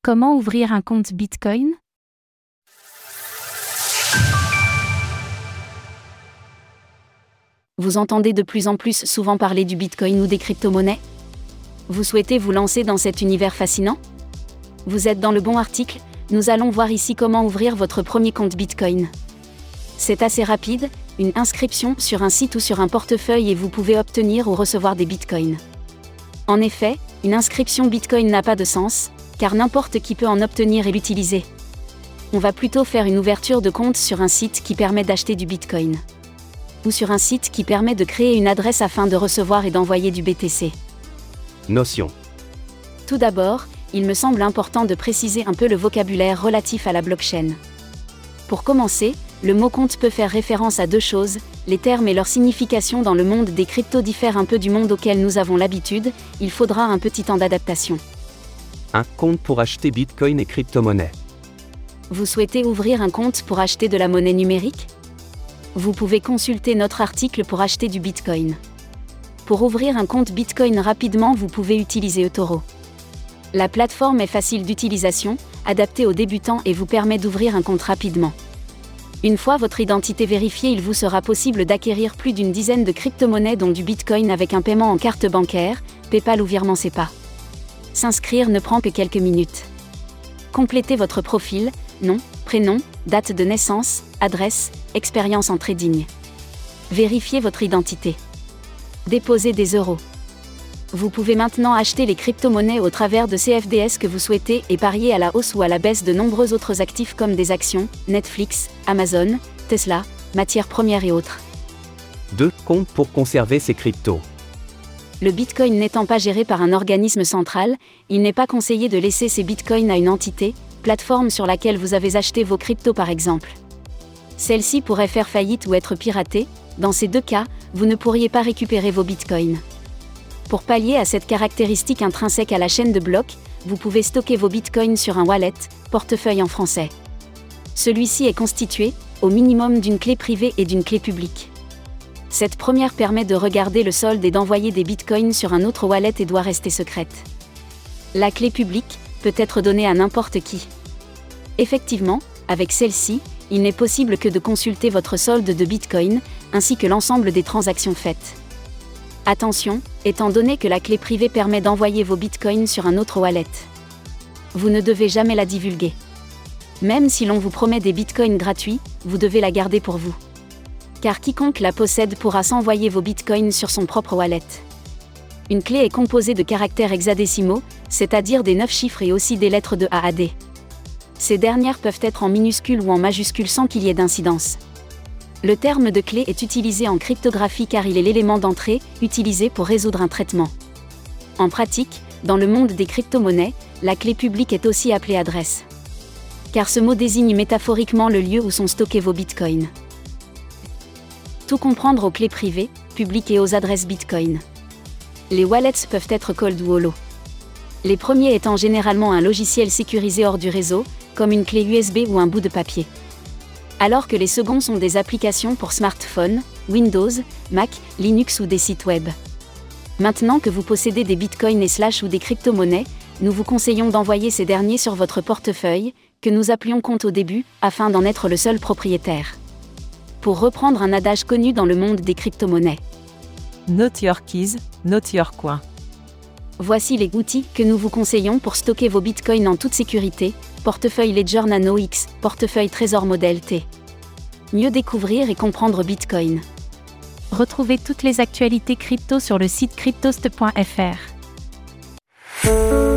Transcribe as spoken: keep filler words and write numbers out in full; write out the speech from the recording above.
Comment ouvrir un compte Bitcoin ? Vous entendez de plus en plus souvent parler du Bitcoin ou des crypto-monnaies ? Vous souhaitez vous lancer dans cet univers fascinant ? Vous êtes dans le bon article, nous allons voir ici comment ouvrir votre premier compte Bitcoin. C'est assez rapide, une inscription sur un site ou sur un portefeuille et vous pouvez obtenir ou recevoir des Bitcoins. En effet, une inscription Bitcoin n'a pas de sens, car n'importe qui peut en obtenir et l'utiliser. On va plutôt faire une ouverture de compte sur un site qui permet d'acheter du Bitcoin. Ou sur un site qui permet de créer une adresse afin de recevoir et d'envoyer du B T C. Notion. Tout d'abord, il me semble important de préciser un peu le vocabulaire relatif à la blockchain. Pour commencer, le mot compte peut faire référence à deux choses, les termes et leur signification dans le monde des cryptos diffèrent un peu du monde auquel nous avons l'habitude, il faudra un petit temps d'adaptation. Un compte pour acheter Bitcoin et crypto-monnaie. Vous souhaitez ouvrir un compte pour acheter de la monnaie numérique ? Vous pouvez consulter notre article pour acheter du Bitcoin. Pour ouvrir un compte Bitcoin rapidement, vous pouvez utiliser eToro. La plateforme est facile d'utilisation, adaptée aux débutants et vous permet d'ouvrir un compte rapidement. Une fois votre identité vérifiée, il vous sera possible d'acquérir plus d'une dizaine de crypto-monnaies dont du Bitcoin avec un paiement en carte bancaire, PayPal ou virement SEPA. S'inscrire ne prend que quelques minutes. Complétez votre profil, nom, prénom, date de naissance, adresse, expérience en trading. Vérifiez votre identité. Déposez des euros. Vous pouvez maintenant acheter les crypto-monnaies au travers de C F D S que vous souhaitez et parier à la hausse ou à la baisse de nombreux autres actifs comme des actions, Netflix, Amazon, Tesla, matières premières et autres. deux. Compte pour conserver ces cryptos. Le Bitcoin n'étant pas géré par un organisme central, il n'est pas conseillé de laisser ces Bitcoins à une entité, plateforme sur laquelle vous avez acheté vos cryptos par exemple. Celle-ci pourrait faire faillite ou être piratée, dans ces deux cas, vous ne pourriez pas récupérer vos Bitcoins. Pour pallier à cette caractéristique intrinsèque à la chaîne de blocs, vous pouvez stocker vos Bitcoins sur un wallet, portefeuille en français. Celui-ci est constitué, au minimum d'une clé privée et d'une clé publique. Cette première permet de regarder le solde et d'envoyer des Bitcoins sur un autre wallet et doit rester secrète. La clé publique peut être donnée à n'importe qui. Effectivement, avec celle-ci, il n'est possible que de consulter votre solde de Bitcoin, ainsi que l'ensemble des transactions faites. Attention, étant donné que la clé privée permet d'envoyer vos Bitcoins sur un autre wallet. Vous ne devez jamais la divulguer. Même si l'on vous promet des Bitcoins gratuits, vous devez la garder pour vous. Car quiconque la possède pourra s'envoyer vos Bitcoins sur son propre wallet. Une clé est composée de caractères hexadécimaux, c'est-à-dire des neuf chiffres et aussi des lettres de A à D. Ces dernières peuvent être en minuscules ou en majuscules sans qu'il y ait d'incidence. Le terme de clé est utilisé en cryptographie car il est l'élément d'entrée, utilisé pour résoudre un traitement. En pratique, dans le monde des crypto-monnaies, la clé publique est aussi appelée adresse. Car ce mot désigne métaphoriquement le lieu où sont stockés vos bitcoins. Tout comprendre aux clés privées, publiques et aux adresses bitcoin. Les wallets peuvent être cold ou holo. Les premiers étant généralement un logiciel sécurisé hors du réseau, comme une clé U S B ou un bout de papier. Alors que les seconds sont des applications pour smartphone, Windows, Mac, Linux ou des sites web. Maintenant que vous possédez des bitcoins et slash ou des crypto-monnaies, nous vous conseillons d'envoyer ces derniers sur votre portefeuille, que nous appelions compte au début, afin d'en être le seul propriétaire. Pour reprendre un adage connu dans le monde des crypto-monnaies. Note your keys, note your coin. Voici les outils que nous vous conseillons pour stocker vos bitcoins en toute sécurité. Portefeuille Ledger Nano X, portefeuille Trésor Model T. Mieux découvrir et comprendre Bitcoin. Retrouvez toutes les actualités crypto sur le site cryptost point f r.